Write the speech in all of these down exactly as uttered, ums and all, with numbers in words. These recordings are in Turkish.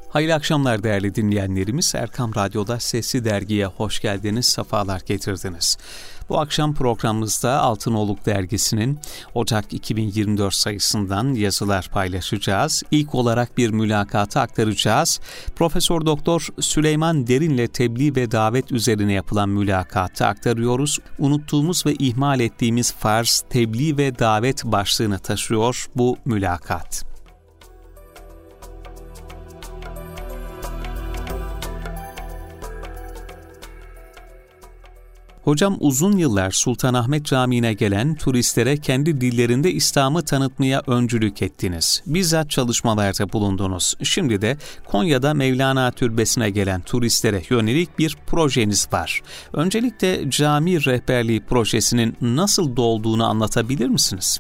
Hayırlı akşamlar değerli dinleyenlerimiz. Erkam Radyo'da Sesli Dergi'ye hoş geldiniz, sefalar getirdiniz. Bu akşam programımızda Altınoluk Dergisi'nin Ocak iki bin yirmi dört sayısından yazılar paylaşacağız. İlk olarak bir mülakatı aktaracağız. Profesör Doktor Süleyman Derin'le tebliğ ve davet üzerine yapılan mülakatı aktarıyoruz. Unuttuğumuz ve ihmal ettiğimiz farz, tebliğ ve davet başlığını taşıyor bu mülakat. Hocam uzun yıllar Sultanahmet Camii'ne gelen turistlere kendi dillerinde İslam'ı tanıtmaya öncülük ettiniz. Bizzat çalışmalarda bulundunuz. Şimdi de Konya'da Mevlana Türbesi'ne gelen turistlere yönelik bir projeniz var. Öncelikle cami rehberliği projesinin nasıl doğduğunu anlatabilir misiniz?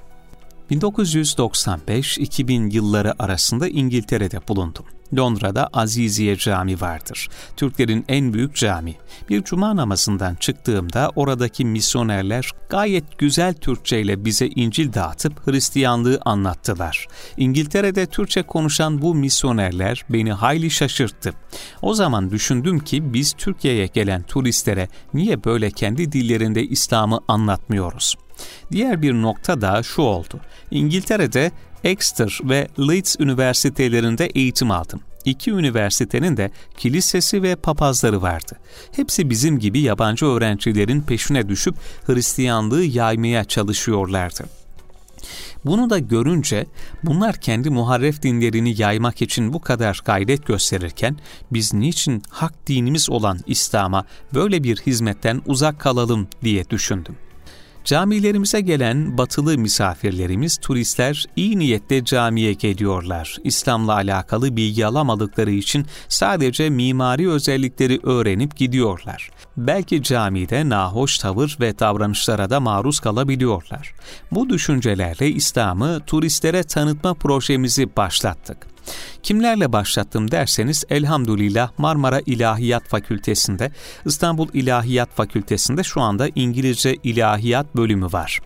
bin dokuz yüz doksan beş iki bin yılları arasında İngiltere'de bulundum. Londra'da Aziziye Camii vardır. Türklerin en büyük cami. Bir cuma namazından çıktığımda oradaki misyonerler gayet güzel Türkçe ile bize İncil dağıtıp Hristiyanlığı anlattılar. İngiltere'de Türkçe konuşan bu misyonerler beni hayli şaşırttı. O zaman düşündüm ki biz Türkiye'ye gelen turistlere niye böyle kendi dillerinde İslam'ı anlatmıyoruz? Diğer bir nokta da şu oldu. İngiltere'de Exeter ve Leeds üniversitelerinde eğitim aldım. İki üniversitenin de kilisesi ve papazları vardı. Hepsi bizim gibi yabancı öğrencilerin peşine düşüp Hristiyanlığı yaymaya çalışıyorlardı. Bunu da görünce bunlar kendi muharref dinlerini yaymak için bu kadar gayret gösterirken biz niçin hak dinimiz olan İslam'a böyle bir hizmetten uzak kalalım diye düşündüm. Camilerimize gelen batılı misafirlerimiz, turistler iyi niyetle camiye geliyorlar. İslam'la alakalı bilgi alamadıkları için sadece mimari özellikleri öğrenip gidiyorlar. Belki camide nahoş tavır ve davranışlara da maruz kalabiliyorlar. Bu düşüncelerle İslam'ı turistlere tanıtma projemizi başlattık. Kimlerle başlattım derseniz elhamdülillah Marmara İlahiyat Fakültesi'nde, İstanbul İlahiyat Fakültesi'nde şu anda İngilizce İlahiyat bölümü var.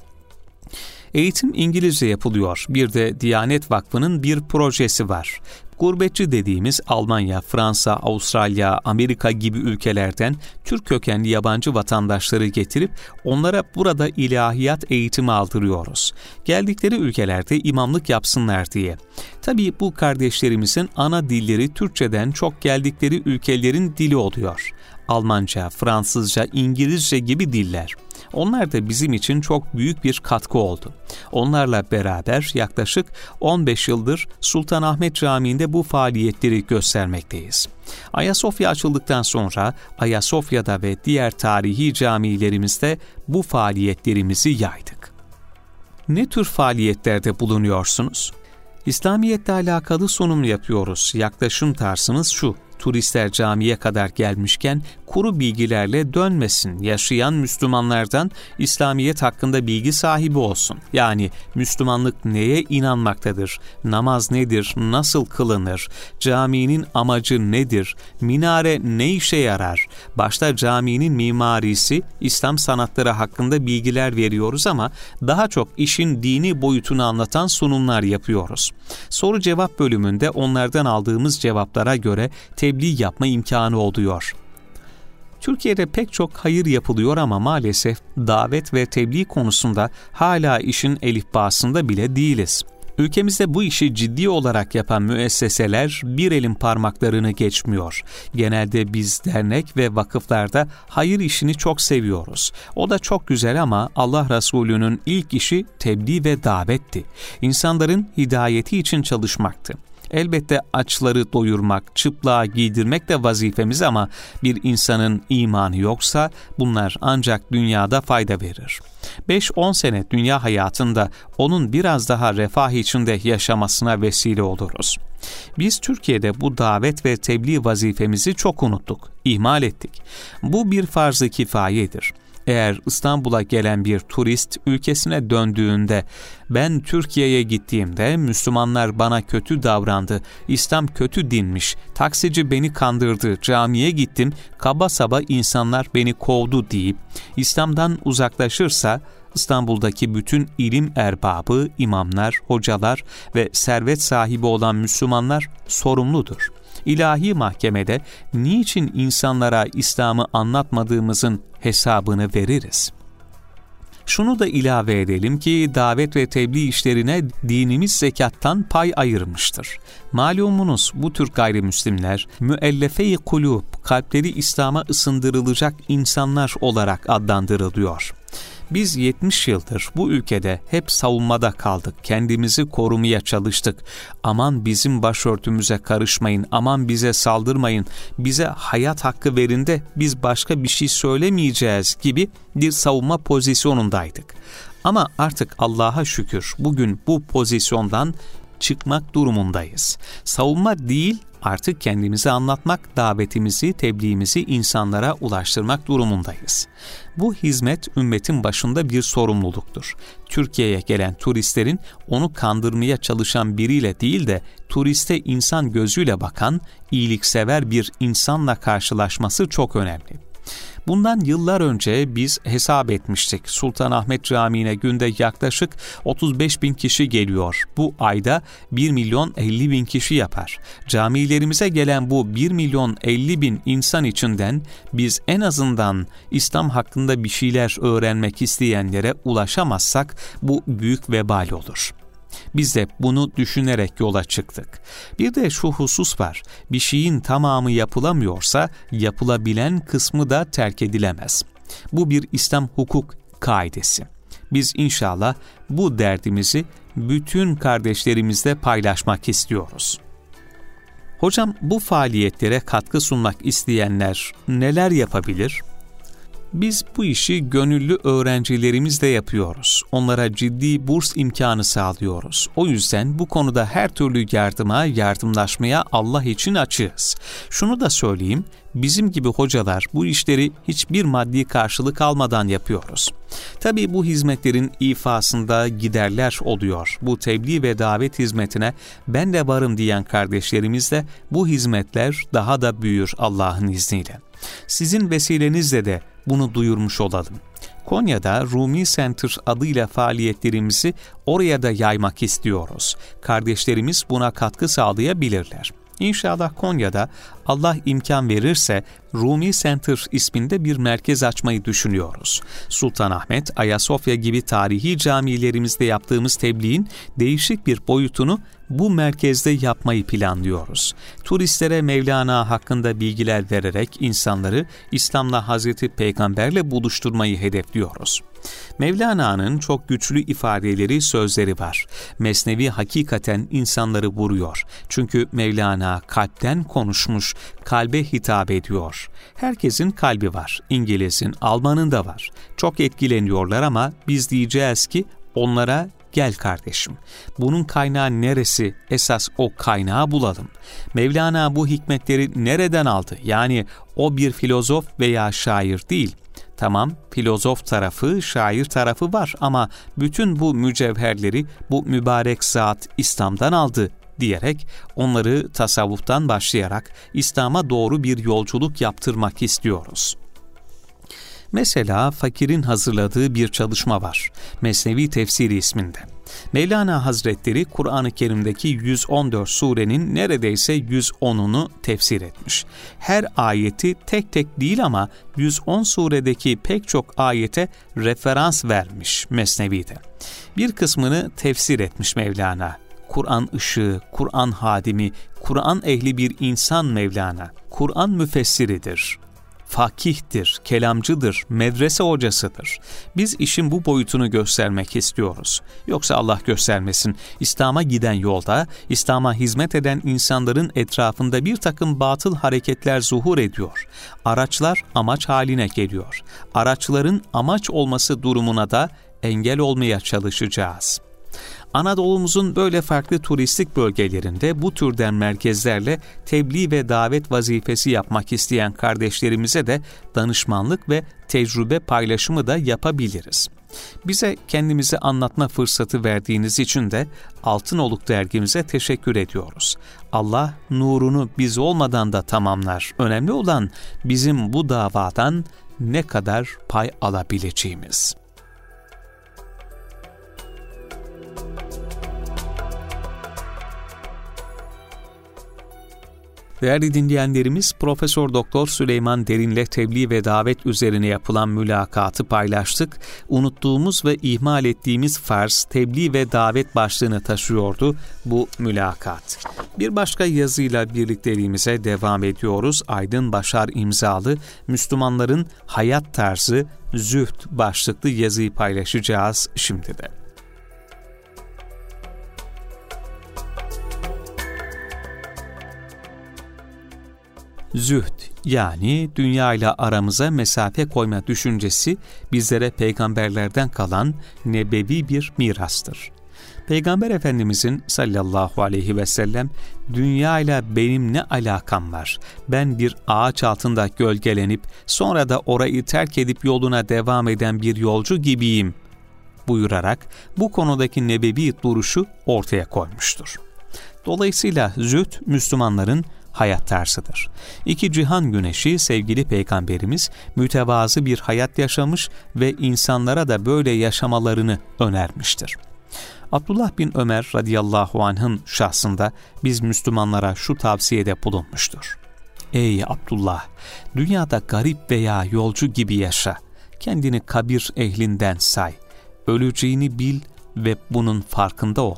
Eğitim İngilizce yapılıyor. Bir de Diyanet Vakfı'nın bir projesi var. Gurbetçi dediğimiz Almanya, Fransa, Avustralya, Amerika gibi ülkelerden Türk kökenli yabancı vatandaşları getirip onlara burada ilahiyat eğitimi aldırıyoruz. Geldikleri ülkelerde imamlık yapsınlar diye. Tabii bu kardeşlerimizin ana dilleri Türkçeden çok geldikleri ülkelerin dili oluyor. Almanca, Fransızca, İngilizce gibi diller. Onlar da bizim için çok büyük bir katkı oldu. Onlarla beraber yaklaşık on beş yıldır Sultanahmet Camii'nde bu faaliyetleri göstermekteyiz. Ayasofya açıldıktan sonra Ayasofya'da ve diğer tarihi camilerimizde bu faaliyetlerimizi yaydık. Ne tür faaliyetlerde bulunuyorsunuz? İslamiyetle alakalı sunum yapıyoruz. Yaklaşım tarzımız şu: turistler camiye kadar gelmişken kuru bilgilerle dönmesin, yaşayan Müslümanlardan İslamiyet hakkında bilgi sahibi olsun. Yani Müslümanlık neye inanmaktadır, namaz nedir, nasıl kılınır, caminin amacı nedir, minare ne işe yarar, başta caminin mimarisi, İslam sanatları hakkında bilgiler veriyoruz ama daha çok işin dini boyutunu anlatan sunumlar yapıyoruz. Soru cevap bölümünde onlardan aldığımız cevaplara göre tebliğ yapma imkanı oluyor. Türkiye'de pek çok hayır yapılıyor ama maalesef davet ve tebliğ konusunda hala işin elifbasında bile değiliz. Ülkemizde bu işi ciddi olarak yapan müesseseler bir elin parmaklarını geçmiyor. Genelde biz dernek ve vakıflarda hayır işini çok seviyoruz. O da çok güzel ama Allah Resulü'nün ilk işi tebliğ ve davetti. İnsanların hidayeti için çalışmaktı. Elbette açları doyurmak, çıplığa giydirmek de vazifemiz ama bir insanın imanı yoksa bunlar ancak dünyada fayda verir. beş on sene dünya hayatında onun biraz daha refah içinde yaşamasına vesile oluruz. Biz Türkiye'de bu davet ve tebliğ vazifemizi çok unuttuk, ihmal ettik. Bu bir farz-ı kifayedir. Eğer İstanbul'a gelen bir turist ülkesine döndüğünde ben Türkiye'ye gittiğimde Müslümanlar bana kötü davrandı, İslam kötü dinmiş, taksici beni kandırdı, camiye gittim, kaba saba insanlar beni kovdu deyip İslam'dan uzaklaşırsa İstanbul'daki bütün ilim erbabı, imamlar, hocalar ve servet sahibi olan Müslümanlar sorumludur. İlahi mahkemede niçin insanlara İslam'ı anlatmadığımızın hesabını veririz. Şunu da ilave edelim ki davet ve tebliğ işlerine dinimiz zekattan pay ayırmıştır. Malumunuz bu tür gayrimüslimler müellefe-i kulûb, kalpleri İslam'a ısındırılacak insanlar olarak adlandırılıyor. Biz yetmiş yıldır bu ülkede hep savunmada kaldık, kendimizi korumaya çalıştık. Aman bizim başörtümüze karışmayın, aman bize saldırmayın, bize hayat hakkı verin de biz başka bir şey söylemeyeceğiz gibi bir savunma pozisyonundaydık. Ama artık Allah'a şükür bugün bu pozisyondan çıkmak durumundayız. Savunma değil, artık kendimizi anlatmak, davetimizi, tebliğimizi insanlara ulaştırmak durumundayız. Bu hizmet ümmetin başında bir sorumluluktur. Türkiye'ye gelen turistlerin onu kandırmaya çalışan biriyle değil de turiste insan gözüyle bakan, iyiliksever bir insanla karşılaşması çok önemli. Bundan yıllar önce biz hesap etmiştik. Sultanahmet Camii'ne günde yaklaşık otuz beş bin kişi geliyor. Bu ayda bir milyon elli bin kişi yapar. Camilerimize gelen bu bir milyon elli bin insan içinden biz en azından İslam hakkında bir şeyler öğrenmek isteyenlere ulaşamazsak bu büyük vebal olur. Biz de bunu düşünerek yola çıktık. Bir de şu husus var, bir şeyin tamamı yapılamıyorsa yapılabilen kısmı da terk edilemez. Bu bir İslam hukuk kaidesi. Biz inşallah bu derdimizi bütün kardeşlerimizle paylaşmak istiyoruz. Hocam, bu faaliyetlere katkı sunmak isteyenler neler yapabilir? Biz bu işi gönüllü öğrencilerimizle yapıyoruz. Onlara ciddi burs imkanı sağlıyoruz. O yüzden bu konuda her türlü yardıma, yardımlaşmaya Allah için açığız. Şunu da söyleyeyim, bizim gibi hocalar bu işleri hiçbir maddi karşılık almadan yapıyoruz. Tabii bu hizmetlerin ifasında giderler oluyor. Bu tebliğ ve davet hizmetine ben de varım diyen kardeşlerimizle bu hizmetler daha da büyür Allah'ın izniyle. Sizin vesilenizle de bunu duyurmuş olalım. Konya'da Rumi Center adıyla faaliyetlerimizi oraya da yaymak istiyoruz. Kardeşlerimiz buna katkı sağlayabilirler. İnşallah Konya'da Allah imkan verirse Rumi Center isminde bir merkez açmayı düşünüyoruz. Sultanahmet, Ayasofya gibi tarihi camilerimizde yaptığımız tebliğin değişik bir boyutunu bu merkezde yapmayı planlıyoruz. Turistlere Mevlana hakkında bilgiler vererek insanları İslam'la Hazreti Peygamber'le buluşturmayı hedefliyoruz. Mevlana'nın çok güçlü ifadeleri, sözleri var. Mesnevi hakikaten insanları vuruyor. Çünkü Mevlana kalpten konuşmuş, kalbe hitap ediyor. Herkesin kalbi var. İngiliz'in, Alman'ın da var. Çok etkileniyorlar ama biz diyeceğiz ki onlara gel kardeşim. Bunun kaynağı neresi? Esas o kaynağı bulalım. Mevlana bu hikmetleri nereden aldı? Yani o bir filozof veya şair değil. Tamam, filozof tarafı, şair tarafı var ama bütün bu mücevherleri bu mübarek zat İslam'dan aldı diyerek onları tasavvuftan başlayarak İslam'a doğru bir yolculuk yaptırmak istiyoruz. Mesela Fakir'in hazırladığı bir çalışma var. Mesnevi Tefsiri isminde. Mevlana Hazretleri Kur'an-ı Kerim'deki yüz on dört surenin neredeyse yüz onunu tefsir etmiş. Her ayeti tek tek değil ama yüz on suredeki pek çok ayete referans vermiş Mesnevi'de. Bir kısmını tefsir etmiş Mevlana. Kur'an ışığı, Kur'an hadimi, Kur'an ehli bir insan Mevlana. Kur'an müfessiridir. Fakihtir, kelamcıdır, medrese hocasıdır. Biz işin bu boyutunu göstermek istiyoruz. Yoksa Allah göstermesin, İslam'a giden yolda, İslam'a hizmet eden insanların etrafında bir takım batıl hareketler zuhur ediyor. Araçlar amaç haline geliyor. Araçların amaç olması durumuna da engel olmaya çalışacağız. Anadolu'muzun böyle farklı turistik bölgelerinde bu türden merkezlerle tebliğ ve davet vazifesi yapmak isteyen kardeşlerimize de danışmanlık ve tecrübe paylaşımı da yapabiliriz. Bize kendimizi anlatma fırsatı verdiğiniz için de Altınoluk dergimize teşekkür ediyoruz. Allah nurunu biz olmadan da tamamlar. Önemli olan bizim bu davadan ne kadar pay alabileceğimiz. Değerli dinleyenlerimiz, Profesör Doktor Süleyman Derin'le tebliğ ve davet üzerine yapılan mülakatı paylaştık. Unuttuğumuz ve ihmal ettiğimiz farz, tebliğ ve davet başlığını taşıyordu bu mülakat. Bir başka yazıyla birlikteliğimize devam ediyoruz. Aydın Başar imzalı Müslümanların Hayat Tarzı Zühd başlıklı yazıyı paylaşacağız şimdi de. Zühd, yani dünya ile aramıza mesafe koyma düşüncesi bizlere peygamberlerden kalan nebevi bir mirastır. Peygamber Efendimizin sallallahu aleyhi ve sellem, dünya ile benim ne alakam var, ben bir ağaç altında gölgelenip sonra da orayı terk edip yoluna devam eden bir yolcu gibiyim buyurarak bu konudaki nebevi duruşu ortaya koymuştur. Dolayısıyla zühd, Müslümanların hayat tarzıdır. İki cihan güneşi sevgili Peygamberimiz mütevazı bir hayat yaşamış ve insanlara da böyle yaşamalarını önermiştir. Abdullah bin Ömer radıyallahu anh'ın şahsında biz Müslümanlara şu tavsiyede bulunmuştur. Ey Abdullah! Dünyada garip veya yolcu gibi yaşa. Kendini kabir ehlinden say. Öleceğini bil ve bunun farkında ol.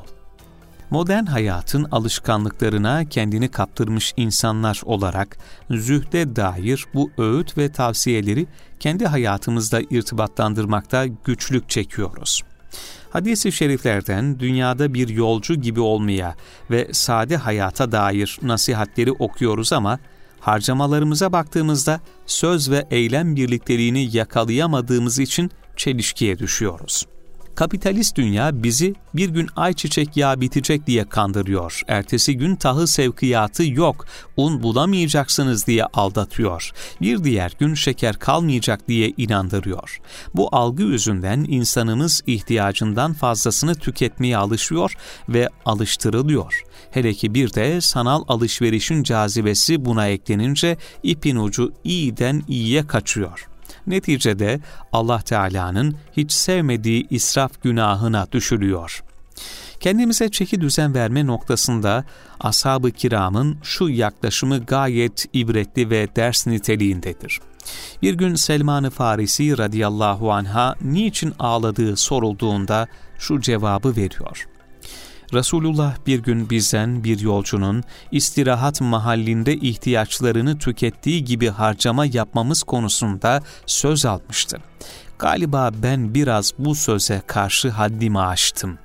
Modern hayatın alışkanlıklarına kendini kaptırmış insanlar olarak zühde dair bu öğüt ve tavsiyeleri kendi hayatımızda irtibatlandırmakta güçlük çekiyoruz. Hadis-i şeriflerden dünyada bir yolcu gibi olmaya ve sade hayata dair nasihatleri okuyoruz ama harcamalarımıza baktığımızda söz ve eylem birlikteliğini yakalayamadığımız için çelişkiye düşüyoruz. Kapitalist dünya bizi bir gün ayçiçek yağı bitecek diye kandırıyor. Ertesi gün tahıl sevkiyatı yok, un bulamayacaksınız diye aldatıyor. Bir diğer gün şeker kalmayacak diye inandırıyor. Bu algı yüzünden insanımız ihtiyacından fazlasını tüketmeye alışıyor ve alıştırılıyor. Hele ki bir de sanal alışverişin cazibesi buna eklenince ipin ucu iyiden iyiye kaçıyor. Neticede Allah Teala'nın hiç sevmediği israf günahına düşülüyor. Kendimize çeki düzen verme noktasında ashab-ı kiramın şu yaklaşımı gayet ibretli ve ders niteliğindedir. Bir gün Selman-ı Farisi radıyallahu anh'a niçin ağladığı sorulduğunda şu cevabı veriyor. Resulullah bir gün bizden bir yolcunun istirahat mahallinde ihtiyaçlarını tükettiği gibi harcama yapmamız konusunda söz almıştı. Galiba ben biraz bu söze karşı haddimi aştım.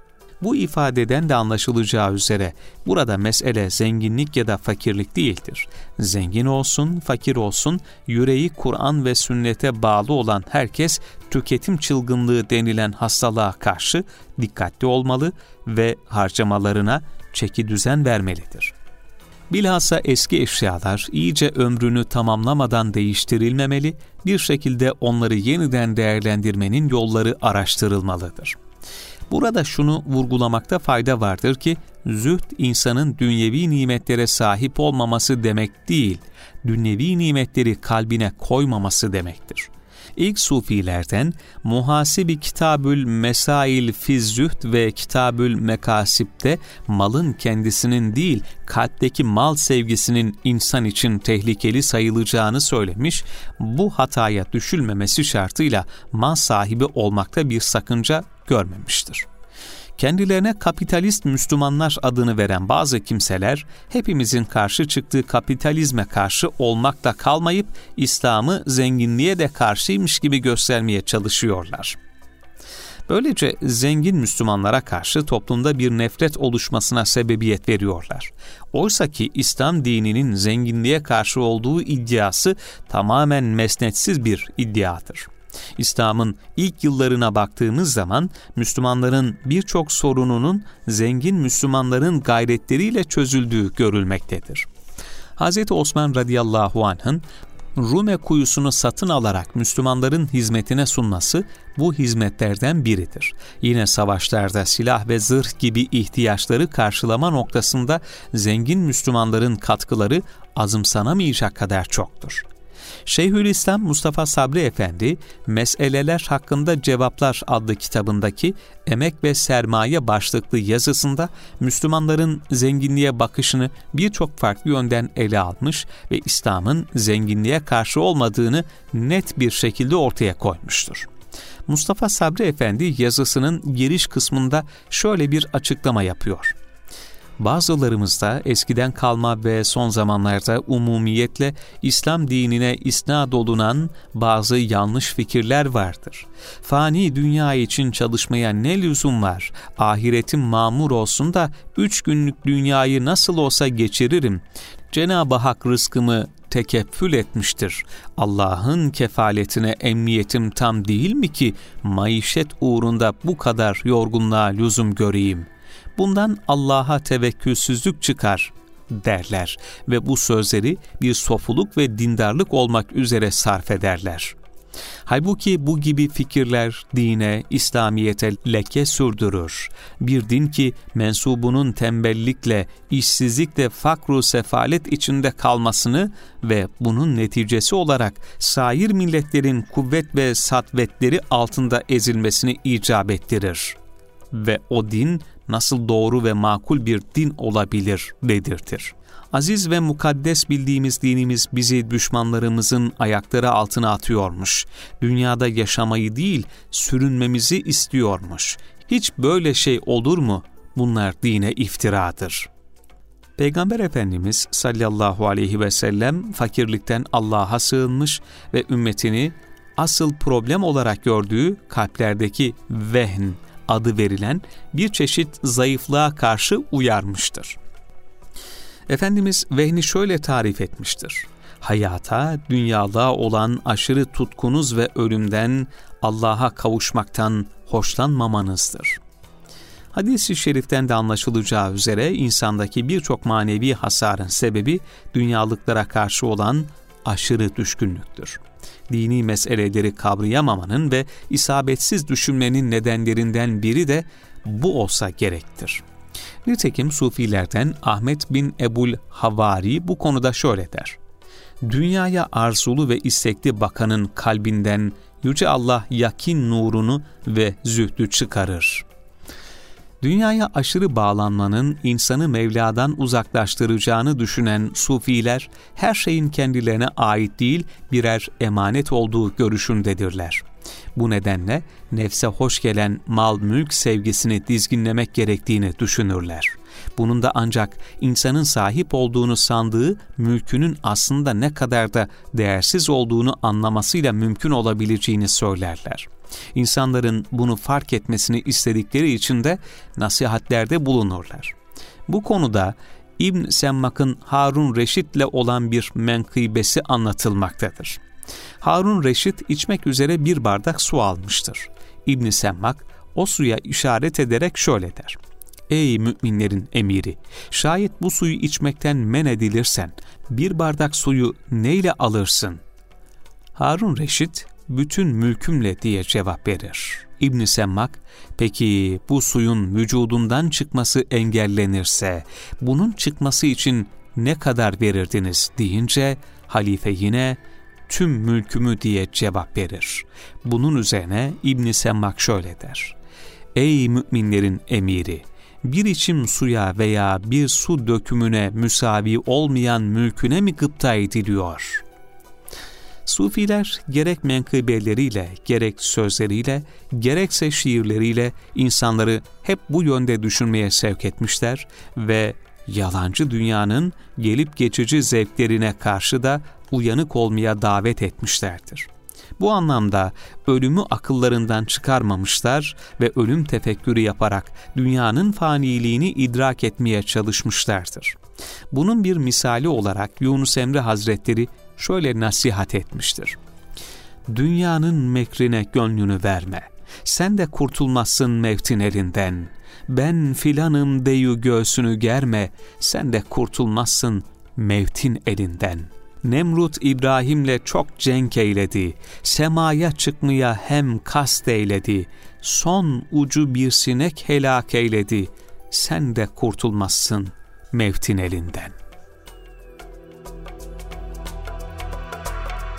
Bu ifadeden de anlaşılacağı üzere burada mesele zenginlik ya da fakirlik değildir. Zengin olsun, fakir olsun, yüreği Kur'an ve sünnete bağlı olan herkes tüketim çılgınlığı denilen hastalığa karşı dikkatli olmalı ve harcamalarına çeki düzen vermelidir. Bilhassa eski eşyalar iyice ömrünü tamamlamadan değiştirilmemeli, bir şekilde onları yeniden değerlendirmenin yolları araştırılmalıdır. Burada şunu vurgulamakta fayda vardır ki, zühd insanın dünyevi nimetlere sahip olmaması demek değil, dünyevi nimetleri kalbine koymaması demektir. İlk sufilerden Muhasibi Kitabül Mesail Fiz Zühd ve Kitabül Mekasip'te malın kendisinin değil, kalpteki mal sevgisinin insan için tehlikeli sayılacağını söylemiş, bu hataya düşülmemesi şartıyla mal sahibi olmakta bir sakınca görmemiştir. Kendilerine kapitalist Müslümanlar adını veren bazı kimseler, hepimizin karşı çıktığı kapitalizme karşı olmakla kalmayıp, İslam'ı zenginliğe de karşıymış gibi göstermeye çalışıyorlar. Böylece zengin Müslümanlara karşı toplumda bir nefret oluşmasına sebebiyet veriyorlar. Oysa ki İslam dininin zenginliğe karşı olduğu iddiası tamamen mesnetsiz bir iddiadır. İslam'ın ilk yıllarına baktığımız zaman Müslümanların birçok sorununun zengin Müslümanların gayretleriyle çözüldüğü görülmektedir. Hazreti Osman radıyallahu anh'ın Rume kuyusunu satın alarak Müslümanların hizmetine sunması bu hizmetlerden biridir. Yine savaşlarda silah ve zırh gibi ihtiyaçları karşılama noktasında zengin Müslümanların katkıları azımsanamayacak kadar çoktur. Şeyhülislam Mustafa Sabri Efendi, Meseleler Hakkında Cevaplar adlı kitabındaki Emek ve Sermaye başlıklı yazısında Müslümanların zenginliğe bakışını birçok farklı yönden ele almış ve İslam'ın zenginliğe karşı olmadığını net bir şekilde ortaya koymuştur. Mustafa Sabri Efendi yazısının giriş kısmında şöyle bir açıklama yapıyor. Bazılarımızda eskiden kalma ve son zamanlarda umumiyetle İslam dinine isnat olunan bazı yanlış fikirler vardır. Fani dünya için çalışmaya ne lüzum var? Ahiretim mamur olsun da üç günlük dünyayı nasıl olsa geçiririm. Cenab-ı Hak rızkımı tekeffül etmiştir. Allah'ın kefaletine emniyetim tam değil mi ki maişet uğrunda bu kadar yorgunluğa lüzum göreyim? Bundan Allah'a tevekkülsüzlük çıkar derler ve bu sözleri bir sofuluk ve dindarlık olmak üzere sarf ederler. Halbuki bu gibi fikirler dine, İslamiyete leke sürdürür. Bir din ki mensubunun tembellikle, işsizlikle, fakru sefalet içinde kalmasını ve bunun neticesi olarak sair milletlerin kuvvet ve satvetleri altında ezilmesini icap ettirir. Ve o din nasıl doğru ve makul bir din olabilir dedirtir. Aziz ve mukaddes bildiğimiz dinimiz bizi düşmanlarımızın ayakları altına atıyormuş. Dünyada yaşamayı değil, sürünmemizi istiyormuş. Hiç böyle şey olur mu? Bunlar dine iftiradır. Peygamber Efendimiz sallallahu aleyhi ve sellem fakirlikten Allah'a sığınmış ve ümmetini asıl problem olarak gördüğü kalplerdeki vehn adı verilen bir çeşit zayıflığa karşı uyarmıştır. Efendimiz vehni şöyle tarif etmiştir. Hayata, dünyalığa olan aşırı tutkunuz ve ölümden, Allah'a kavuşmaktan hoşlanmamanızdır. Hadis-i şeriften de anlaşılacağı üzere insandaki birçok manevi hasarın sebebi dünyalıklara karşı olan aşırı düşkünlüktür. Dini meseleleri kavrayamamanın ve isabetsiz düşünmenin nedenlerinden biri de bu olsa gerektir. Nitekim Sufilerden Ahmet bin Ebul Havari bu konuda şöyle der. Dünyaya arzulu ve istekli bakanın kalbinden Yüce Allah yakin nurunu ve zühdü çıkarır. Dünyaya aşırı bağlanmanın insanı Mevla'dan uzaklaştıracağını düşünen Sufiler, her şeyin kendilerine ait değil birer emanet olduğu görüşündedirler. Bu nedenle nefse hoş gelen mal mülk sevgisini dizginlemek gerektiğini düşünürler. Bunun da ancak insanın sahip olduğunu sandığı mülkünün aslında ne kadar da değersiz olduğunu anlamasıyla mümkün olabileceğini söylerler. İnsanların bunu fark etmesini istedikleri için de nasihatlerde bulunurlar. Bu konuda İbn Semmak'ın Harun Reşit'le olan bir menkıbesi anlatılmaktadır. Harun Reşit içmek üzere bir bardak su almıştır. İbn Semmak o suya işaret ederek şöyle der. Ey müminlerin emiri! Şayet bu suyu içmekten men edilirsen bir bardak suyu neyle alırsın? Harun Reşit, bütün mülkümle diye cevap verir. İbn Semmak, peki bu suyun vücudundan çıkması engellenirse, bunun çıkması için ne kadar verirdiniz deyince, halife yine, tüm mülkümü diye cevap verir. Bunun üzerine İbn Semmak şöyle der. Ey müminlerin emiri! Bir içim suya veya bir su dökümüne müsavi olmayan mülküne mi gıpta ediliyor? Sufiler gerek menkıbeleriyle, gerek sözleriyle, gerekse şiirleriyle insanları hep bu yönde düşünmeye sevk etmişler ve yalancı dünyanın gelip geçici zevklerine karşı da uyanık olmaya davet etmişlerdir. Bu anlamda ölümü akıllarından çıkarmamışlar ve ölüm tefekkürü yaparak dünyanın faniliğini idrak etmeye çalışmışlardır. Bunun bir misali olarak Yunus Emre Hazretleri şöyle nasihat etmiştir. Dünyanın mekrine gönlünü verme, sen de kurtulmazsın mevtin elinden. Ben filanım deyu göğsünü germe, sen de kurtulmazsın mevtin elinden. Nemrut İbrahim'le çok cenk eyledi, semaya çıkmaya hem kast eyledi, son ucu bir sinek helak eyledi, sen de kurtulmazsın mevtin elinden.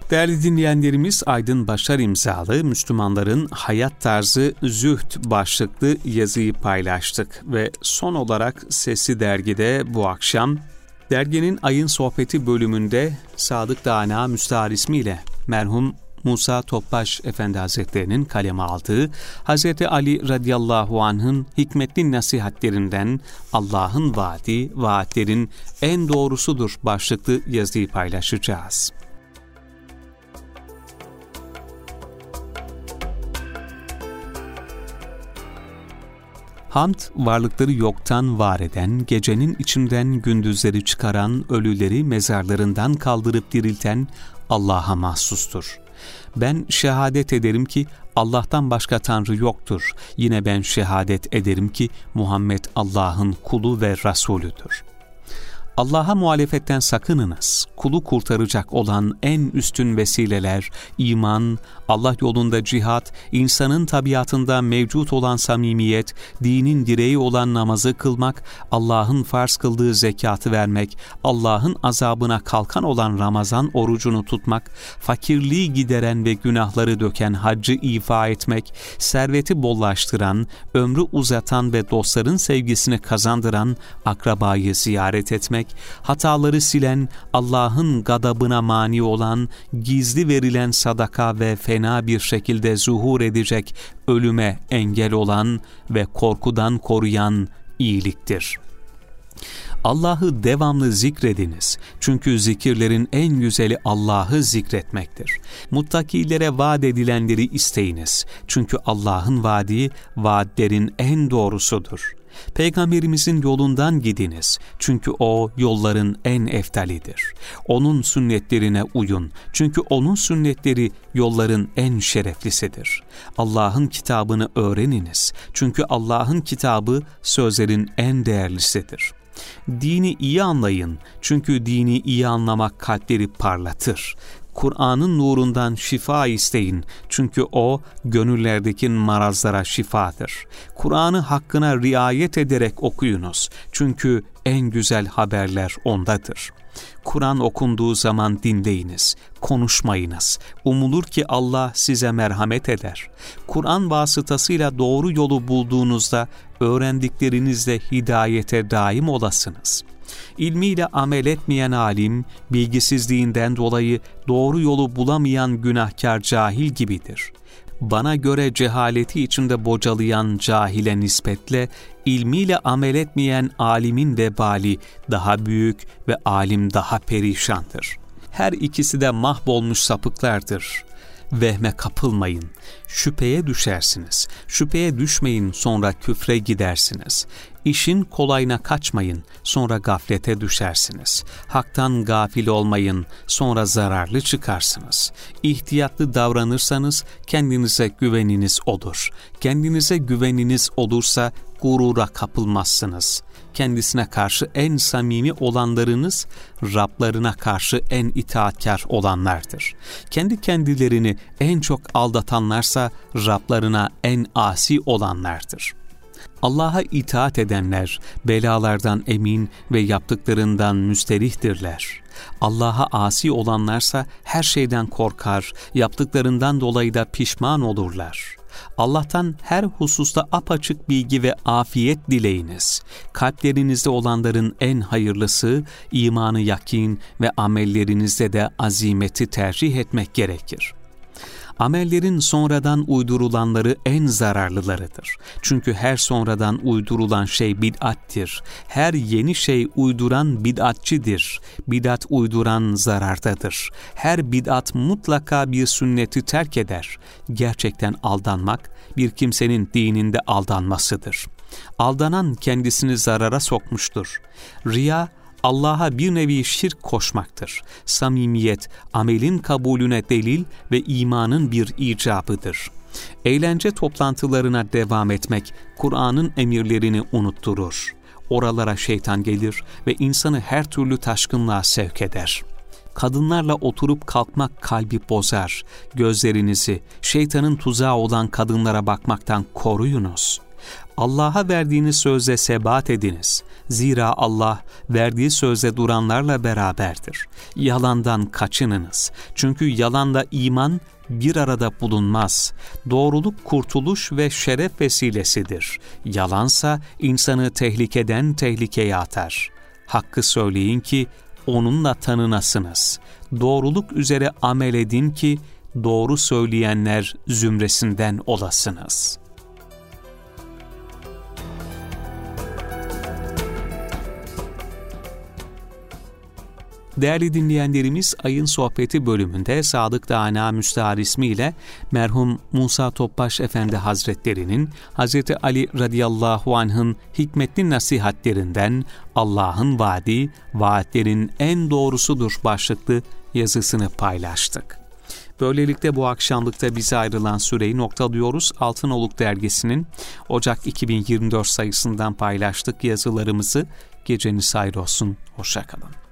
Değerli dinleyenlerimiz, Aydın Başar imzalı Müslümanların Hayat Tarzı Zühd başlıklı yazıyı paylaştık ve son olarak Sesli Dergi'de bu akşam derginin Ayın Sohbeti bölümünde Sadık Dana Müstahar ismiyle merhum Musa Topbaş Efendi Hazretleri'nin kaleme aldığı Hazreti Ali radıyallahu anh'ın hikmetli nasihatlerinden Allah'ın vaadi, vaatlerin en doğrusudur başlıklı yazıyı paylaşacağız. Hamd, varlıkları yoktan var eden, gecenin içinden gündüzleri çıkaran, ölüleri mezarlarından kaldırıp dirilten Allah'a mahsustur. Ben şehadet ederim ki Allah'tan başka Tanrı yoktur. Yine ben şehadet ederim ki Muhammed Allah'ın kulu ve Resulüdür. Allah'a muhalefetten sakınınız. Kulu kurtaracak olan en üstün vesileler, iman, Allah yolunda cihat, insanın tabiatında mevcut olan samimiyet, dinin direği olan namazı kılmak, Allah'ın farz kıldığı zekatı vermek, Allah'ın azabına kalkan olan Ramazan orucunu tutmak, fakirliği gideren ve günahları döken haccı ifa etmek, serveti bollaştıran, ömrü uzatan ve dostların sevgisini kazandıran akrabayı ziyaret etmek, hataları silen, Allah'ın gadabına mani olan, gizli verilen sadaka ve fena bir şekilde zuhur edecek ölüme engel olan ve korkudan koruyan iyiliktir. Allah'ı devamlı zikrediniz. Çünkü zikirlerin en güzeli Allah'ı zikretmektir. Muttakilere vaat edilenleri isteyiniz. Çünkü Allah'ın vaadi, vaatlerin en doğrusudur. Peygamberimizin yolundan gidiniz. Çünkü O yolların en eftalidir. Onun sünnetlerine uyun. Çünkü O'nun sünnetleri yolların en şereflisidir. Allah'ın kitabını öğreniniz. Çünkü Allah'ın kitabı sözlerin en değerlisidir. Dini iyi anlayın. Çünkü dini iyi anlamak kalpleri parlatır. Kur'an'ın nurundan şifa isteyin. Çünkü O, gönüllerdeki marazlara şifadır. Kur'an'ı hakkına riayet ederek okuyunuz. Çünkü en güzel haberler ondadır. Kur'an okunduğu zaman dinleyiniz, konuşmayınız. Umulur ki Allah size merhamet eder. Kur'an vasıtasıyla doğru yolu bulduğunuzda öğrendiklerinizle hidayete daim olasınız. İlmiyle amel etmeyen alim, bilgisizliğinden dolayı doğru yolu bulamayan günahkar cahil gibidir. Bana göre cehaleti içinde bocalayan cahile nispetle, ilmiyle amel etmeyen alimin vebali daha büyük ve alim daha perişandır. Her ikisi de mahvolmuş sapıklardır. Vehme kapılmayın, şüpheye düşersiniz. Şüpheye düşmeyin, sonra küfre gidersiniz. İşin kolayına kaçmayın, sonra gaflete düşersiniz. Hak'tan gafil olmayın, sonra zararlı çıkarsınız. İhtiyatlı davranırsanız kendinize güveniniz olur. Kendinize güveniniz olursa gurura kapılmazsınız. Kendisine karşı en samimi olanlarınız, Rablarına karşı en itaatkar olanlardır. Kendi kendilerini en çok aldatanlarsa Rablarına en asi olanlardır. Allah'a itaat edenler belalardan emin ve yaptıklarından müsterihtirler. Allah'a asi olanlarsa her şeyden korkar, yaptıklarından dolayı da pişman olurlar. Allah'tan her hususta apaçık bilgi ve afiyet dileyiniz. Kalplerinizde olanların en hayırlısı, imanı yakin ve amellerinizde de azimeti tercih etmek gerekir. Amellerin sonradan uydurulanları en zararlılarıdır. Çünkü her sonradan uydurulan şey bid'attir. Her yeni şey uyduran bid'atçidir. Bid'at uyduran zarardadır. Her bid'at mutlaka bir sünneti terk eder. Gerçekten aldanmak, bir kimsenin dininde aldanmasıdır. Aldanan kendisini zarara sokmuştur. Riya, Allah'a bir nevi şirk koşmaktır. Samimiyet, amelin kabulüne delil ve imanın bir icabıdır. Eğlence toplantılarına devam etmek, Kur'an'ın emirlerini unutturur. Oralara şeytan gelir ve insanı her türlü taşkınlığa sevk eder. Kadınlarla oturup kalkmak kalbi bozar. Gözlerinizi şeytanın tuzağı olan kadınlara bakmaktan koruyunuz. Allah'a verdiğiniz sözde sebat ediniz. Zira Allah verdiği sözde duranlarla beraberdir. Yalandan kaçınınız. Çünkü yalanla iman bir arada bulunmaz. Doğruluk kurtuluş ve şeref vesilesidir. Yalansa insanı tehlikeden tehlikeye atar. Hakkı söyleyin ki onunla tanınasınız. Doğruluk üzere amel edin ki doğru söyleyenler zümresinden olasınız. Değerli dinleyenlerimiz, Ayın Sohbeti bölümünde Sadık Dana Müstahar ismiyle merhum Musa Topbaş Efendi Hazretleri'nin Hazreti Ali radıyallahu anh'ın hikmetli nasihatlerinden Allah'ın vaadi, vaatlerin en doğrusudur başlıklı yazısını paylaştık. Böylelikle bu akşamlıkta bize ayrılan süreyi noktalıyoruz. Altınoluk Dergisi'nin Ocak iki bin yirmi dört sayısından paylaştık yazılarımızı. Geceniz hayır olsun, hoşça kalın.